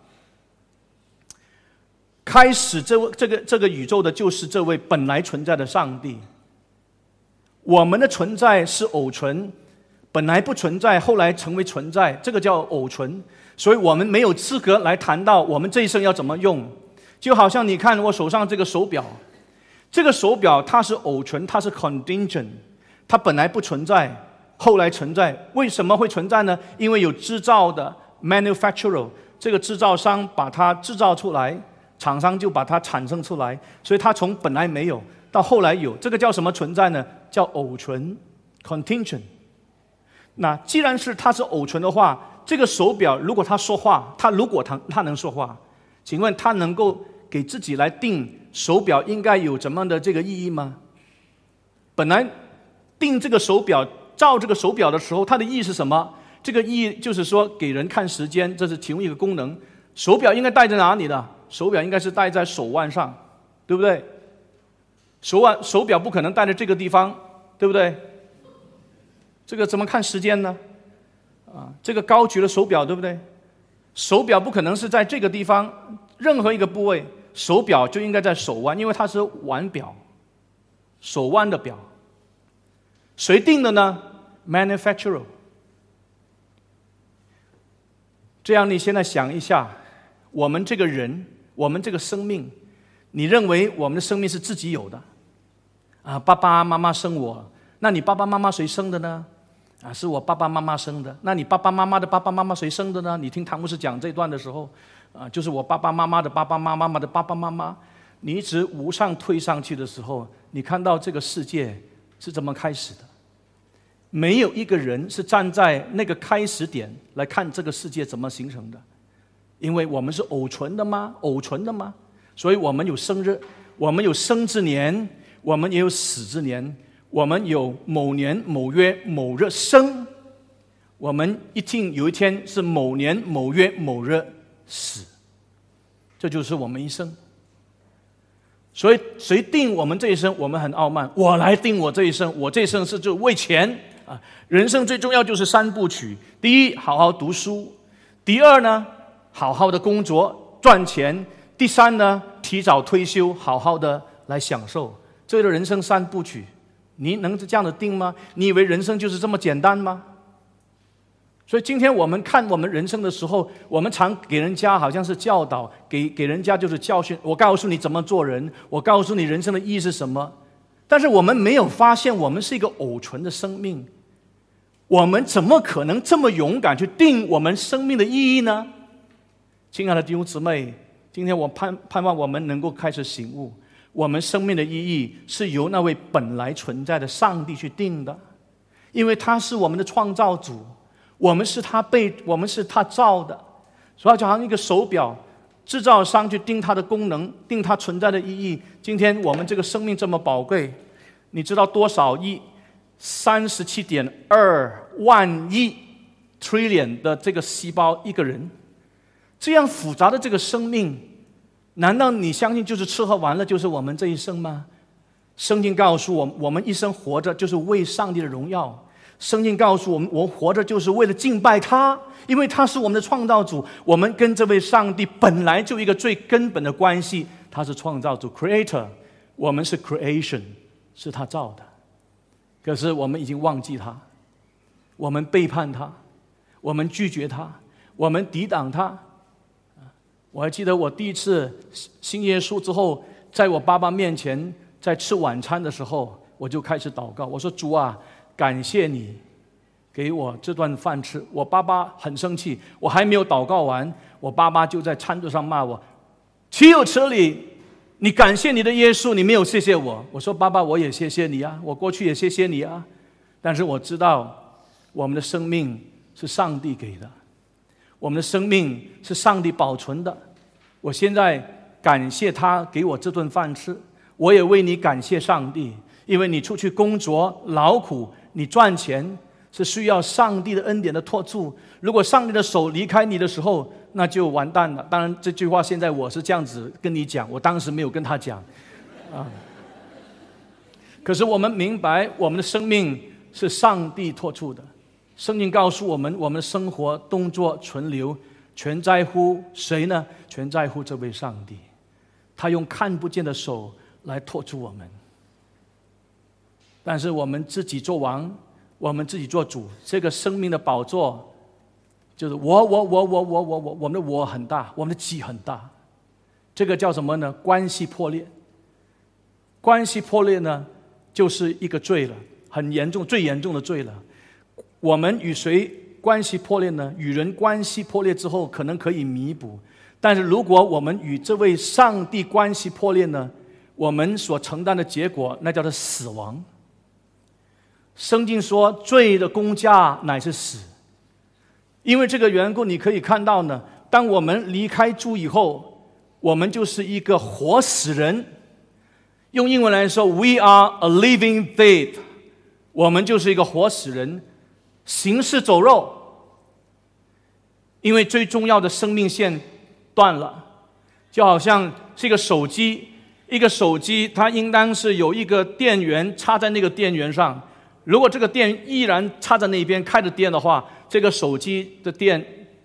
开始这位这个这个宇宙的就是这位本来存在的上帝。我们的存在是偶存，本来不存在，后来成为存在，这个叫偶存。所以我们没有资格来谈到我们这一生要怎么用。就好像你看我手上这个手表，这个手表它是偶存，它是 contingent， 它本来不存在，后来存在。为什么会存在呢？因为有制造的 manufacturer， 这个制造商把它制造出来，厂商就把它产生出来，所以它从本来没有到后来有，这个叫什么存在呢？叫偶存 contingent。 那既然是它是偶存的话，这个手表如果它说话，它如果它它能说话，请问它能够给自己来定手表应该有怎么样的这个意义吗？本来定这个手表造这个手表的时候，它的意义是什么？这个意义就是说给人看时间，这是其中一个功能。手表应该戴在哪里呢？手表应该是戴在手腕上，对不对？手腕手表不可能戴在这个地方，对不对？这个怎么看时间呢？啊，这个高举的手表，对不对？ 手表不可能是在这个地方，任何一个部位，手表就应该在手腕，因为它是腕表，手腕的表。谁定的呢？ Manufacturer。 这样你现在想一下，我们这个人，我们这个生命，你认为我们的生命是自己有的啊？爸爸妈妈生我，那你爸爸妈妈谁生的呢？啊，是我爸爸妈妈生的。那你爸爸妈妈的爸爸妈妈谁生的呢？你听汤姆斯讲这段的时候，啊，就是我爸爸妈妈的爸爸妈妈的爸爸妈妈。你一直无上推上去的时候，你看到这个世界是怎么开始的？没有一个人是站在那个开始点来看这个世界怎么形成的，因为我们是偶存的吗？偶存的吗？所以我们有生日，我们有生之年，我们也有死之年，我们有某年某月某日生，我们一定有一天是某年某月某日死，这就是我们一生。所以谁定我们这一生？我们很傲慢，我来定我这一生，我这一生是就为钱啊！人生最重要就是三部曲：第一，好好读书；第二呢，好好的工作赚钱；第三呢，提早退休，好好的来享受。这个人生三部曲，你能这样的定吗？你以为人生就是这么简单吗？所以今天我们看我们人生的时候，我们常给人家好像是教导，给给人家就是教训。我告诉你怎么做人，我告诉你人生的意义是什么。但是我们没有发现，我们是一个偶存的生命。我们怎么可能这么勇敢去定我们生命的意义呢？亲爱的弟兄姊妹，今天我盼盼望我们能够开始醒悟，我们生命的意义是由那位本来存在的上帝去定的，因为他是我们的创造主，我们是他被我们是他造的，所以就好像一个手表，制造商去定它的功能，定它存在的意义。今天我们这个生命这么宝贵，你知道多少亿？三十七点二万亿 trillion 的这个细胞，一个人这样复杂的这个生命，难道你相信就是吃喝玩乐就是我们这一生吗？圣经告诉我们，我们一生活着就是为上帝的荣耀。圣经告诉我们，我们活着就是为了敬拜他，因为他是我们的创造主。我们跟这位上帝本来就一个最根本的关系，他是创造主 creator， 我们是 creation， 是他造的。可是我们已经忘记他，我们背叛他，我们拒绝他，我们抵挡他。我还记得我第一次信耶稣之后，在我爸爸面前在吃晚餐的时候，我就开始祷告，我说主啊，感谢你给我这顿饭吃。我爸爸很生气，我还没有祷告完，我爸爸就在餐桌上骂我，岂有此理，你感谢你的耶稣，你没有谢谢我。我说爸爸，我也谢谢你啊，我过去也谢谢你啊，但是我知道我们的生命是上帝给的，我们的生命是上帝保存的。我现在感谢他给我这顿饭吃，我也为你感谢上帝，因为你出去工作劳苦，你赚钱是需要上帝的恩典的托住。如果上帝的手离开你的时候，那就完蛋了。当然这句话现在我是这样子跟你讲，我当时没有跟他讲啊。可是我们明白，我们的生命是上帝托住的。圣经告诉我们，我们的生活动作存留全在乎谁呢？全在乎这位上帝，他用看不见的手来托住我们。但是我们自己做王，我们自己做主，这个生命的宝座就是我我我我我我我我们的我很大，我们的己很大。这个叫什么呢？关系破裂。关系破裂呢，就是一个罪了，很严重，最严重的罪了。我们与谁关系破裂呢？与人关系破裂之后，可能可以弥补。但是如果我们与这位上帝关系破裂呢，我们所承担的结果，那叫做死亡。圣经说，罪的工价乃是死。因为这个缘故，你可以看到呢，当我们离开主以后，我们就是一个活死人。用英文来说 ，We are a living dead， 我们就是一个活死人，行尸走肉。因为最重要的生命线断了，就好像是一个手机，一个手机它应当是有一个电源插在那个电源上。如果这个电依然插在那边开着电的话，这个手机的电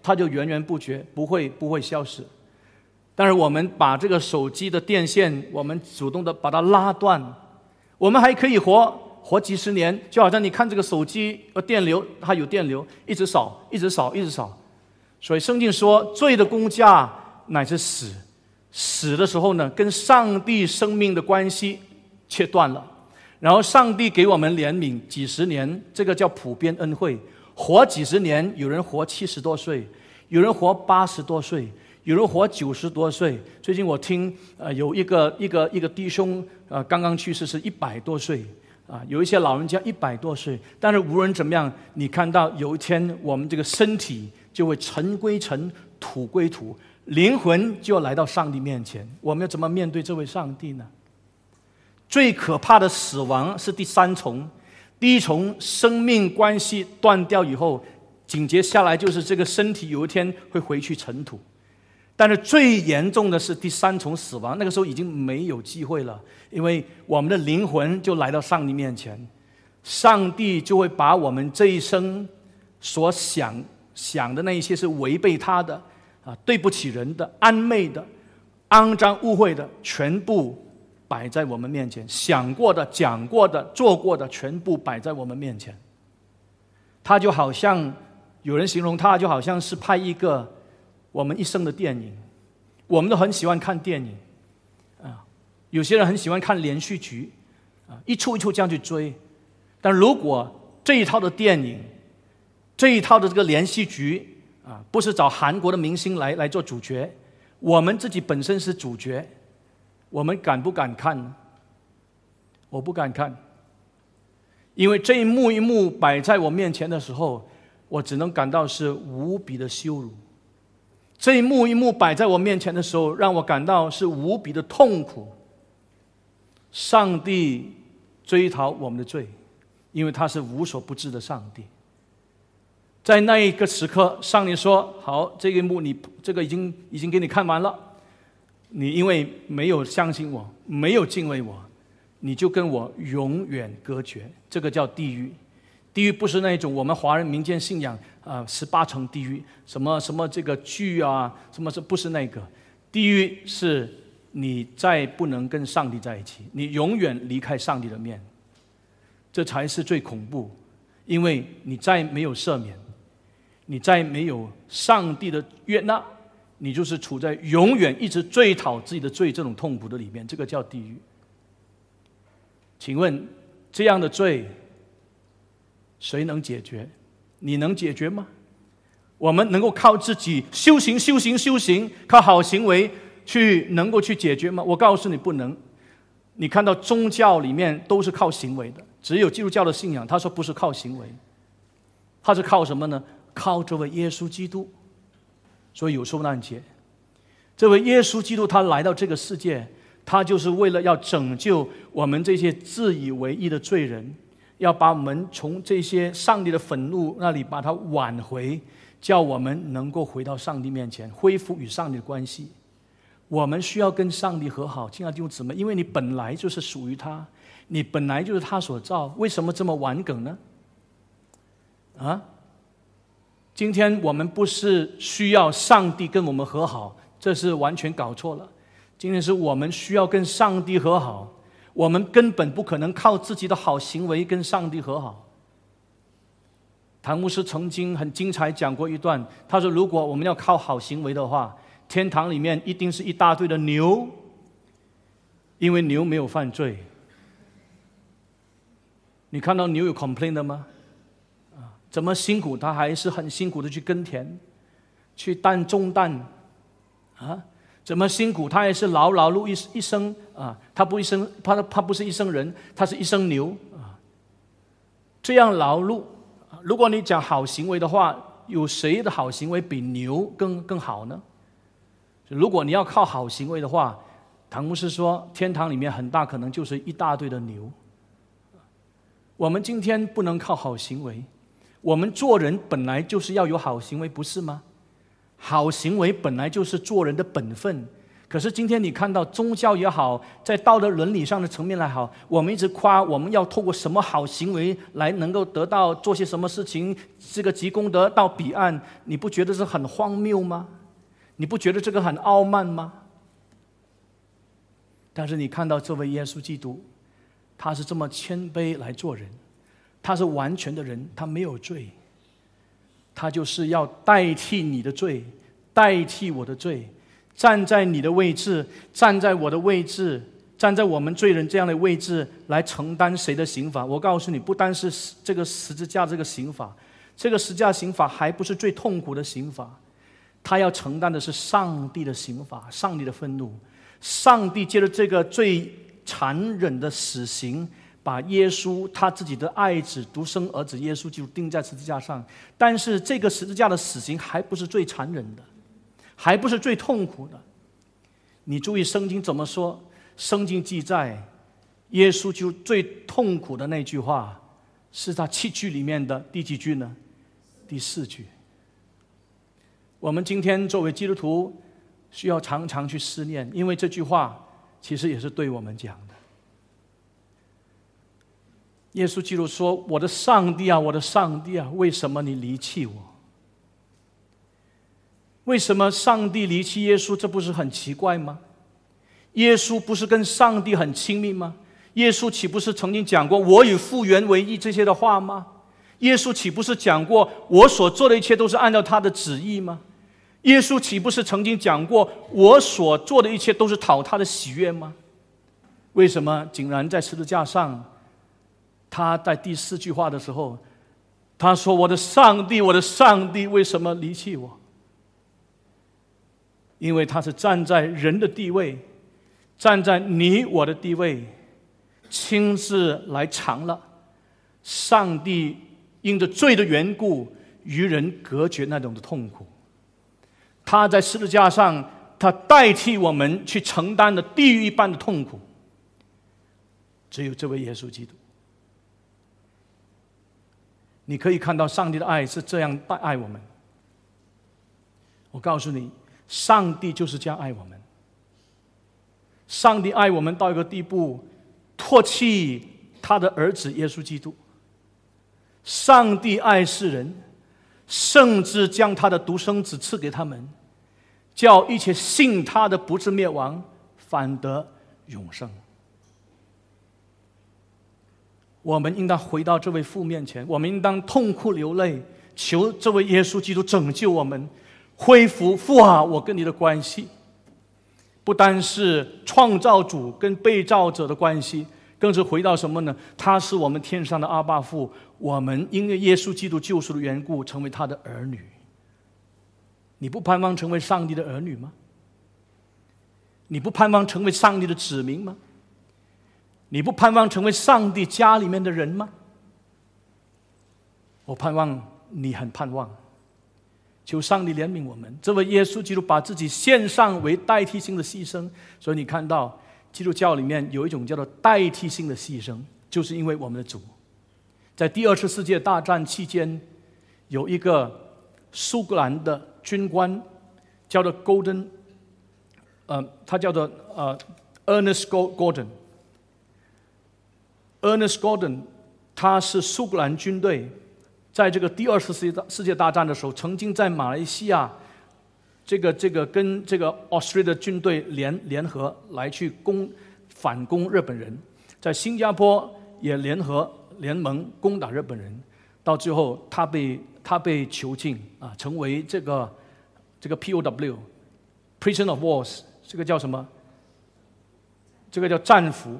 它就源源不绝，不会不会消失。但是我们把这个手机的电线，我们主动的把它拉断，我们还可以活活几十年，就好像你看这个手机的电流，它有电流，一直扫，一直扫，一直扫。所以圣经说，罪的工价乃是死，死的时候呢，跟上帝生命的关系切断了。然后上帝给我们怜悯几十年，这个叫普遍恩惠。活几十年，有人活七十多岁，有人活八十多岁，有人活九十多岁。最近我听呃有一个一个一个弟兄呃刚刚去世，是一百多岁啊，有一些老人家一百多岁。但是无论怎么样，你看到有一天我们这个身体就会尘归尘，土归土，灵魂就要来到上帝面前。我们要怎么面对这位上帝呢？最可怕的死亡是第三重，第一重生命关系断掉以后，紧接下来就是这个身体有一天会回去尘土。但是最严重的是第三重死亡，那个时候已经没有机会了，因为我们的灵魂就来到上帝面前，上帝就会把我们这一生所想想的那一些是违背他的啊，对不起人的、安昧的、肮脏污秽的，全部摆在我们面前，想过的、讲过的、做过的，全部摆在我们面前。他就好像有人形容他，就好像是拍一个我们一生的电影。我们都很喜欢看电影啊，有些人很喜欢看连续剧啊，一出一出这样去追。但如果这一套的电影，这一套的这个连续剧啊，不是找韩国的明星来来做主角，我们自己本身是主角，我们敢不敢看呢？我不敢看，因为这一幕一幕摆在我面前的时候，我只能感到是无比的羞辱。这一幕一幕摆在我面前的时候，让我感到是无比的痛苦。上帝追讨我们的罪，因为他是无所不知的上帝。在那一个时刻，上帝说：好，这一幕你这个已经已经给你看完了，你因为没有相信我，没有敬畏我，你就跟我永远隔绝。这个叫地狱。地狱不是那种我们华人民间信仰啊，十八层地狱，什么什么这个剧啊，什么这不是那个。地狱是你再不能跟上帝在一起，你永远离开上帝的面，这才是最恐怖。因为你再没有赦免，你再没有上帝的悦纳，你就是处在永远一直追讨自己的罪这种痛苦的里面，这个叫地狱。请问这样的罪谁能解决？你能解决吗？我们能够靠自己修行修行修行，靠好行为去能够去解决吗？我告诉你不能。你看到宗教里面都是靠行为的，只有基督教的信仰他说不是靠行为，他是靠什么呢？靠这位耶稣基督。所以有受难节，这位耶稣基督他来到这个世界，他就是为了要拯救我们这些自以为义的罪人，要把我们从这些上帝的愤怒那里把它挽回，叫我们能够回到上帝面前，恢复与上帝的关系。我们需要跟上帝和好，亲爱的弟兄姊妹，因为你本来就是属于他，你本来就是他所造，为什么这么顽梗呢？啊？今天我们不是需要上帝跟我们和好，这是完全搞错了。今天是我们需要跟上帝和好，我们根本不可能靠自己的好行为跟上帝和好。唐牧师曾经很精彩讲过一段，他说如果我们要靠好行为的话，天堂里面一定是一大堆的牛，因为牛没有犯罪。你看到牛有 complain 的吗？怎么辛苦他还是很辛苦的去耕田，去担重担啊？怎么辛苦他还是劳劳碌一一生啊？他不一生，他他不是一生人，他是一生牛啊。这样劳碌，如果你讲好行为的话，有谁的好行为比牛更更好呢？如果你要靠好行为的话，唐牧师说，天堂里面很大可能就是一大堆的牛。我们今天不能靠好行为。我们做人本来就是要有好行为，不是吗？好行为本来就是做人的本分，可可是今天你看到宗教也好，在道德伦理上的层面来好，我们一直夸我们要透过什么好行为来能够得到做些什么事情，这个积功德到彼岸，你不觉得是很荒谬吗？你不觉得这个很傲慢吗？但是你看到这位耶稣基督，他是这么谦卑来做人，他是完全的人，他没有罪，他就是要代替你的罪，代替我的罪，站在你的位置，站在我的位置，站在我们罪人这样的位置来承担谁的刑罚。我告诉你，不单是这个十字架这个刑罚，这个十字架刑罚还不是最痛苦的刑罚，他要承担的是上帝的刑罚，上帝的愤怒。上帝借着这个最残忍的死刑，把耶稣他自己的爱子独生儿子耶稣基督钉在十字架上。但是这个十字架的死刑还不是最残忍的，还不是最痛苦的。你注意圣经怎么说？圣经记载耶稣就最痛苦的那句话是他七句里面的第几句呢？第四句。我们今天作为基督徒需要常常去思念，因为这句话其实也是对我们讲的。耶稣基督说：我的上帝啊，我的上帝啊，为什么你离弃我？为什么上帝离弃耶稣？这不是很奇怪吗？耶稣不是跟上帝很亲密吗？耶稣岂不是曾经讲过我与父原为一这些的话吗？耶稣岂不是讲过我所做的一切都是按照他的旨意吗？耶稣岂不是曾经讲过我所做的一切都是讨他的喜悦吗？为什么竟然在十字架上，他在第四句话的时候，他说：我的上帝，我的上帝，为什么离弃我？因为他是站在人的地位，站在你我的地位，亲自来尝了上帝因着罪的缘故与人隔绝那种的痛苦。他在十字架上，他代替我们去承担了地狱一般的痛苦。只有这位耶稣基督，你可以看到上帝的爱是这样爱我们。我告诉你，上帝就是这样爱我们。上帝爱我们到一个地步，唾弃他的儿子耶稣基督。上帝爱世人，甚至将他的独生子赐给他们，叫一切信他的不至灭亡，反得永生。我们应当回到这位父面前，我们应当痛哭流泪，求这位耶稣基督拯救我们，恢复父啊我跟你的关系。不单是创造主跟被造者的关系，更是回到什么呢？他是我们天上的阿爸父，我们因为耶稣基督救赎的缘故成为他的儿女。你不盼望成为上帝的儿女吗？你不盼望成为上帝的子民吗？你不盼望成为上帝家里面的人吗？我盼望你很盼望。求上帝怜悯我们，这位耶稣基督把自己献上为代替性的牺牲。所以你看到基督教里面有一种叫做代替性的牺牲，就是因为我们的主在第二次世界大战期间，有一个苏格兰的军官叫做 Gordon， 呃，他叫做呃 Ernest Gordon。Ernest Gordon， 他是苏格兰军队在这个第二次世界大战的时候，曾经在马来西亚，这个这个跟这个 Australia 的军队联联合来去攻反攻日本人，在新加坡也联合联盟攻打日本人，到最后他被他被囚禁啊，成为这个这个 P O W，Prisoner of Wars， 这个叫什么？这个叫战俘。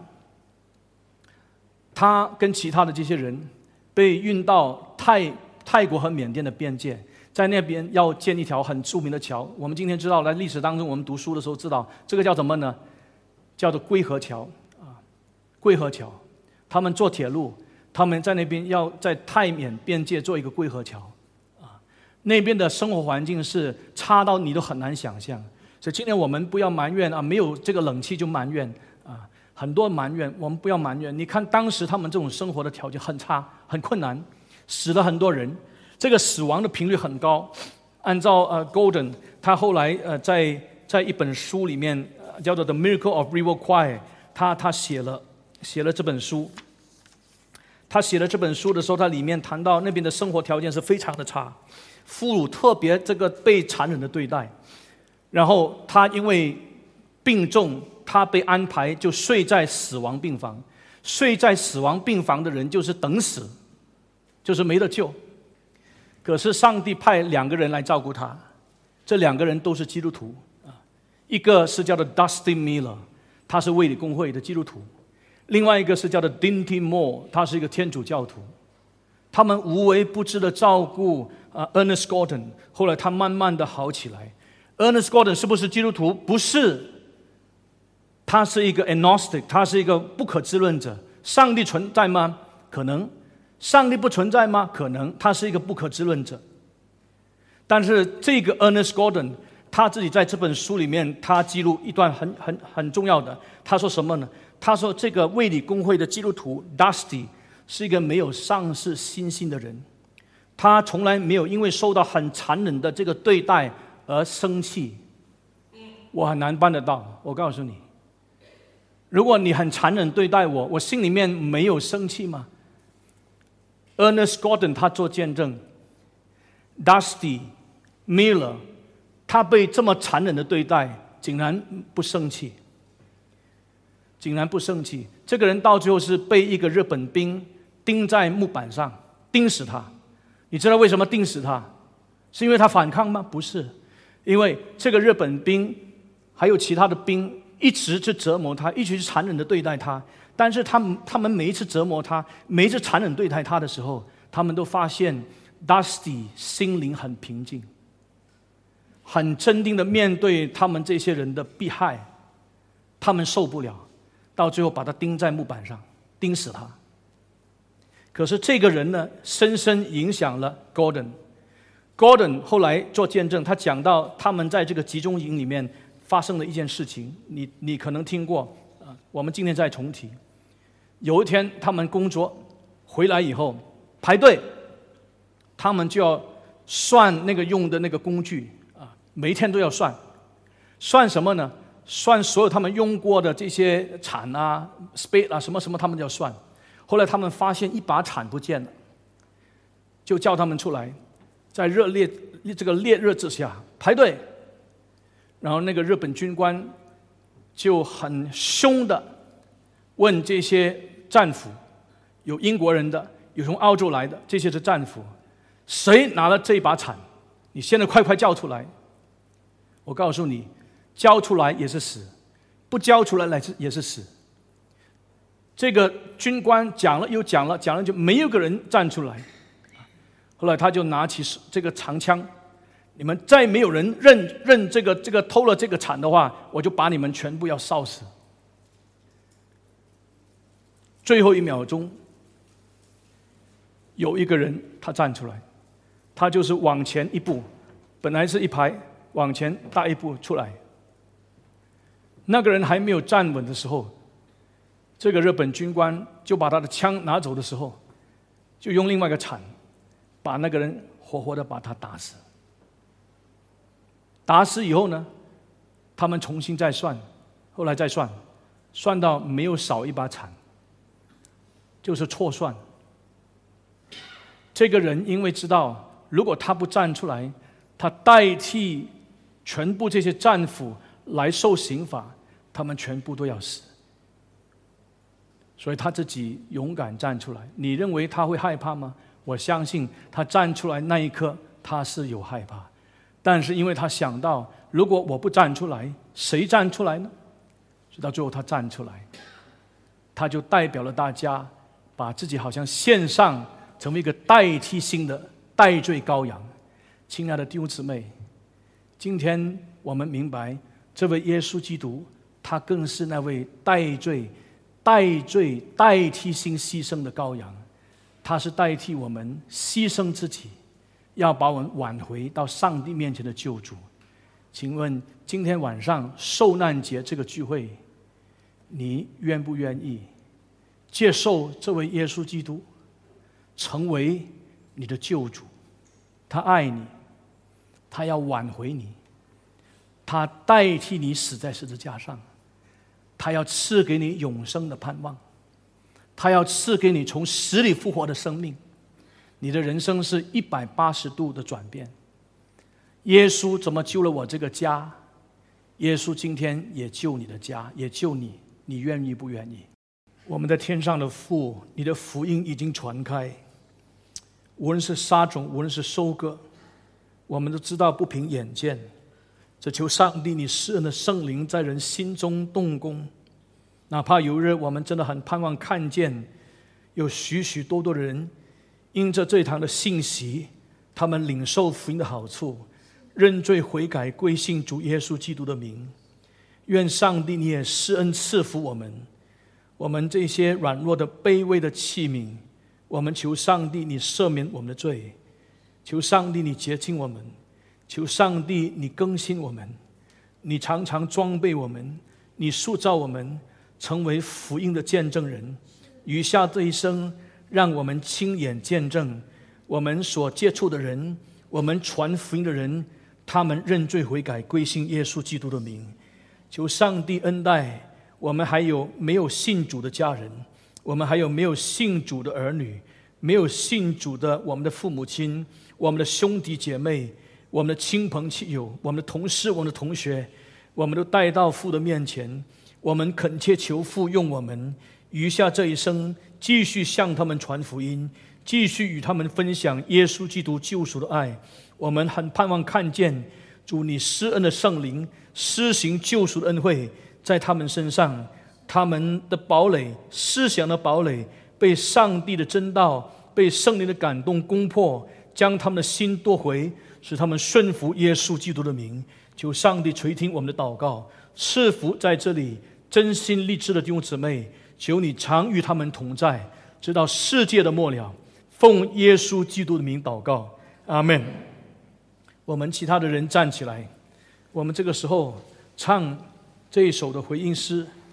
他跟其他的这些人被运到泰泰国和缅甸的边界，在那边要建一条很著名的桥。我们今天知道，在历史当中，我们读书的时候知道，这个叫什么呢？叫做归河桥啊，归河桥。他们坐铁路，他们在那边要在泰缅边界做一个归河桥啊。那边的生活环境是差到你都很难想象。所以今天我们不要埋怨啊，没有这个冷气就埋怨啊。很多埋怨，我们不要埋怨。你看当时他们这种生活的条件很差，很困难，死了很多人，这个死亡的频率很高。按照呃 Gordon， 他后来呃在在一本书里面叫做 The Miracle of River Kwai， 他他写了写了这本书。他写了这本书的时候，他里面谈到那边的生活条件是非常的差，俘虏特别这个被残忍的对待。然后他因为病重，他被安排就睡在死亡病房。睡在死亡病房的人就是等死，就是没得救。可是上帝派两个人来照顾他，这两个人都是基督徒啊，一个是叫做 Dusty Miller， 他是卫理公会的基督徒。另外一个是叫做 Dinty Moore， 他是一个天主教徒。他们无微不至的照顾、呃、Ernest Gordon， 后来他慢慢的好起来。Ernest Gordon 是不是基督徒？不是，他是一个 agnostic， 他是一个不可知论者。上帝存在吗？可能。上帝不存在吗？可能。他是一个不可知论者。但是这个 Ernest Gordon， 他自己在这本书里面，他记录一段很很很重要的。他说什么呢？他说这个卫理公会的基督徒 Dusty 是一个没有丧失信心的人，他从来没有因为受到很残忍的这个对待而生气。我很难办得到，我告诉你，如果你很残忍对待我，我心里面没有生气吗？ Ernest Gordon 他做见证， Dusty Miller 他被这么残忍的对待，竟然不生气。竟然不生气，这个人到最后是被一个日本兵钉在木板上，钉死他。你知道为什么钉死他？是因为他反抗吗？不是，因为这个日本兵还有其他的兵一直去折磨他，一直去残忍的对待他。但是他们他们每一次折磨他，每一次残忍对待他的时候，他们都发现 Dusty 心灵很平静，很镇定的面对他们这些人的迫害，他们受不了。到最后把他钉在木板上，钉死他。可是这个人呢，深深影响了 Gordon。Gordon 后来做见证，他讲到他们在这个集中营里面发生的一件事情，你你可能听过啊，我们今天再重提。有一天他们工作回来以后排队，他们就要算那个用的那个工具啊，每一天都要算，算什么呢？算所有他们用过的这些铲啊、spade 啊、什么什么，他们就要算。后来他们发现一把铲不见了，就叫他们出来，在热烈这个烈日之下排队。然后那个日本军官就很凶的问这些战俘，有英国人的，有从澳洲来的，这些是战俘，谁拿了这把铲？你现在快快叫出来！我告诉你。交出来也是死，不交出来也是死。这个军官讲了又讲了，讲了就没有个人站出来。后来他就拿起这个长枪，你们再没有人认认这个这个偷了这个铲的话，我就把你们全部要烧死。最后一秒钟，有一个人他站出来，他就是往前一步，本来是一排，往前大一步出来。那个人还没有站稳的时候，这个日本军官就把他的枪拿走的时候，就用另外一个铲把那个人活活的把他打死。打死以后呢，他们重新再算，后来再算，算到没有少一把铲，就是错算。这个人因为知道，如果他不站出来，他代替全部这些战俘来受刑罚，他们全部都要死。所以他自己勇敢站出来。你认为他会害怕吗？我相信他站出来那一刻，他是有害怕，但是因为他想到，如果我不站出来，谁站出来呢？所以到最后他站出来，他就代表了大家，把自己好像献上，成为一个代替性的代罪羔羊。亲爱的弟兄姊妹，今天我们明白，这位耶稣基督，他更是那位代罪、代罪、代替性牺牲的羔羊。他是代替我们牺牲自己，要把我们挽回到上帝面前的救主。请问今天晚上受难节这个聚会，你愿不愿意接受这位耶稣基督成为你的救主？他爱你，他要挽回你。 他代替你死在十字架上，他要赐给你永生的盼望，他要赐给你从死里复活的生命。你的人生是一百八十度的转变。耶稣怎么救了我这个家？耶稣今天也救你的家，也救你，你愿意不愿意？我们的天上的父，你的福音已经传开，无论是撒种，无论是收割，我们都知道不凭眼见。只求上帝你施恩的圣灵在人心中动工，哪怕有日我们真的很盼望看见有许许多多的人因着这一堂的信息，他们领受福音的好处，认罪悔改，归信主耶稣基督的名。愿上帝你也施恩赐福我们，我们这些软弱的卑微的器皿，我们求上帝你赦免我们的罪，求上帝你洁净我们，求上帝你更新我们，你常常装备我们，你塑造我们成为福音的见证人。余下这一生，让我们亲眼见证我们所接触的人，我们传福音的人，他们认罪悔改，归信耶稣基督的名。求上帝恩待我们，还有没有信主的家人，我们还有没有信主的儿女，没有信主的我们的父母亲，我们的兄弟姐妹，我们的亲朋戚友，我们的同事，我们的同学，我们都带到父的面前。我们恳切求父用我们余下这一生，继续向他们传福音，继续与他们分享耶稣基督救赎的爱。我们很盼望看见主你施恩的圣灵施行救赎的恩惠在他们身上，他们的堡垒，思想的堡垒被上帝的真道，被圣灵的感动攻破，将他们的心夺回，使他们顺服耶稣基督的名。求上帝垂听我们的祷告，赐福在这里真心立志的弟兄姊妹，求你常与他们同在，直到世界的末了。奉耶稣基督的名祷告，阿们。我们其他的人站起来，我们这个时候唱这一首的回应诗。